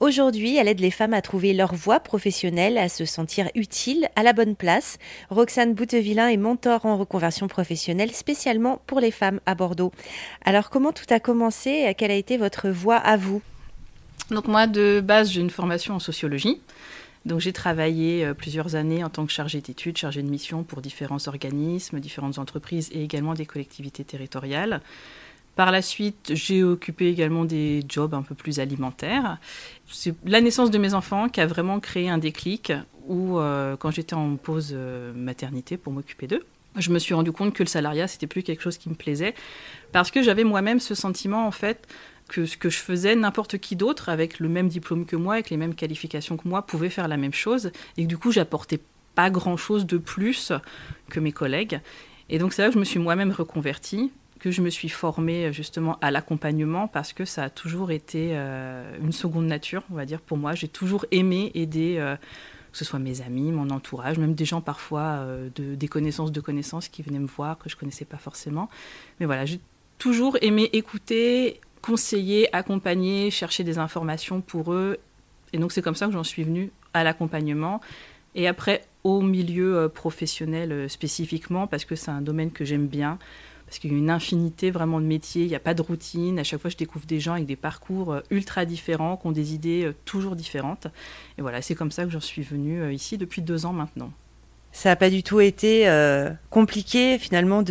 Aujourd'hui, elle aide les femmes à trouver leur voie professionnelle, à se sentir utiles, à la bonne place. Roxane Boutevillain est mentor en reconversion professionnelle spécialement pour les femmes à Bordeaux. Alors comment tout a commencé? Quelle a été votre voie à vous? Donc moi, de base, j'ai une formation en sociologie. Donc j'ai travaillé plusieurs années en tant que chargée d'études, chargée de mission pour différents organismes, différentes entreprises et également des collectivités territoriales. Par la suite, j'ai occupé également des jobs un peu plus alimentaires. C'est la naissance de mes enfants qui a vraiment créé un déclic où, quand j'étais en pause maternité pour m'occuper d'eux, je me suis rendu compte que le salariat, c'était plus quelque chose qui me plaisait parce que j'avais moi-même ce sentiment, en fait, que ce que je faisais, n'importe qui d'autre, avec le même diplôme que moi, avec les mêmes qualifications que moi, pouvait faire la même chose. Et que du coup, j'apportais pas grand-chose de plus que mes collègues. Et donc, c'est là que je me suis moi-même reconvertie, que je me suis formée justement à l'accompagnement, parce que ça a toujours été une seconde nature, on va dire, pour moi. J'ai toujours aimé aider, que ce soit mes amis, mon entourage, même des gens parfois, des connaissances de connaissances qui venaient me voir, que je connaissais pas forcément. Mais voilà, j'ai toujours aimé écouter, conseiller, accompagner, chercher des informations pour eux. Et donc, c'est comme ça que j'en suis venue à l'accompagnement. Et après, au milieu professionnel spécifiquement, parce que c'est un domaine que j'aime bien, parce qu'il y a une infinité vraiment de métiers, il n'y a pas de routine. À chaque fois, je découvre des gens avec des parcours ultra différents, qui ont des idées toujours différentes. Et voilà, c'est comme ça que j'en suis venue ici depuis 2 ans maintenant. Ça n'a pas du tout été compliqué finalement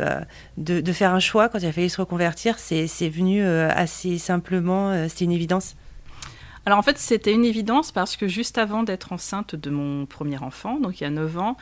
de faire un choix quand il a fallu se reconvertir. C'est venu assez simplement, c'était une évidence. Alors en fait, c'était une évidence parce que juste avant d'être enceinte de mon premier enfant, donc il y a 9 ans,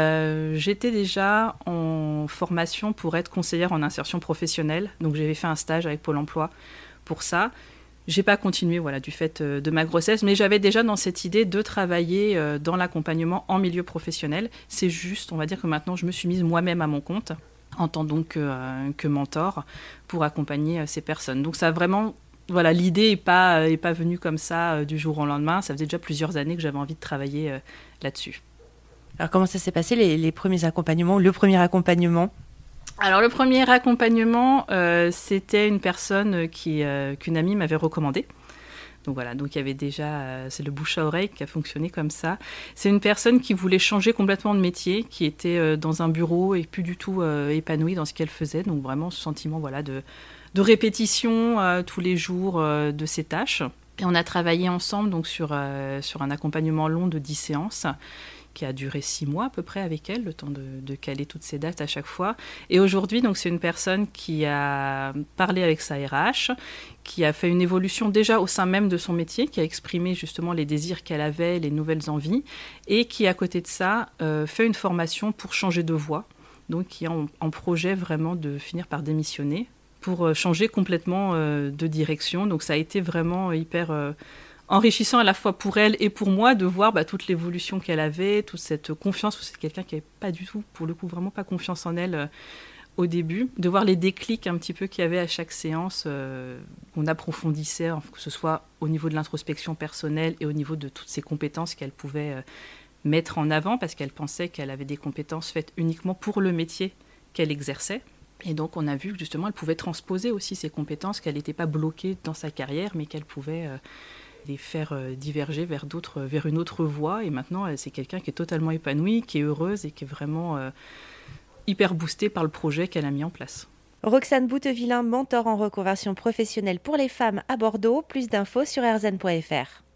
j'étais déjà en formation pour être conseillère en insertion professionnelle. Donc j'avais fait un stage avec Pôle emploi pour ça. J'ai pas continué voilà, du fait de ma grossesse, mais j'avais déjà dans cette idée de travailler dans l'accompagnement en milieu professionnel. C'est juste, on va dire que maintenant, je me suis mise moi-même à mon compte en tant donc que mentor pour accompagner ces personnes. Donc ça a vraiment... Voilà, l'idée n'est pas venue comme ça du jour au lendemain. Ça faisait déjà plusieurs années que j'avais envie de travailler là-dessus. Alors comment ça s'est passé les premiers accompagnements, le premier accompagnement? Alors le premier accompagnement, c'était une personne qu'une amie m'avait recommandé. Donc voilà, donc il y avait déjà, c'est le bouche à oreille qui a fonctionné comme ça. C'est une personne qui voulait changer complètement de métier, qui était dans un bureau et plus du tout épanouie dans ce qu'elle faisait. Donc vraiment ce sentiment voilà, de répétition tous les jours de ses tâches. Et on a travaillé ensemble donc, sur un accompagnement long de 10 séances qui a duré 6 mois à peu près avec elle, le temps de caler toutes ces dates à chaque fois. Et aujourd'hui, donc, c'est une personne qui a parlé avec sa RH, qui a fait une évolution déjà au sein même de son métier, qui a exprimé justement les désirs qu'elle avait, les nouvelles envies, et qui, à côté de ça, fait une formation pour changer de voie, donc qui est en projet vraiment de finir par démissionner, pour changer complètement de direction. Donc ça a été vraiment hyper enrichissant à la fois pour elle et pour moi de voir toute l'évolution qu'elle avait, toute cette confiance, parce que c'est quelqu'un qui n'avait pas du tout, pour le coup, vraiment pas confiance en elle au début, de voir les déclics un petit peu qu'il y avait à chaque séance, qu'on approfondissait, que ce soit au niveau de l'introspection personnelle et au niveau de toutes ces compétences qu'elle pouvait mettre en avant, parce qu'elle pensait qu'elle avait des compétences faites uniquement pour le métier qu'elle exerçait. Et donc, on a vu que justement, elle pouvait transposer aussi ses compétences, qu'elle n'était pas bloquée dans sa carrière, mais qu'elle pouvait les faire diverger vers une autre voie. Et maintenant, c'est quelqu'un qui est totalement épanoui, qui est heureuse et qui est vraiment hyper boostée par le projet qu'elle a mis en place. Roxane Boutevillain, mentor en reconversion professionnelle pour les femmes à Bordeaux. Plus d'infos sur rzn.fr.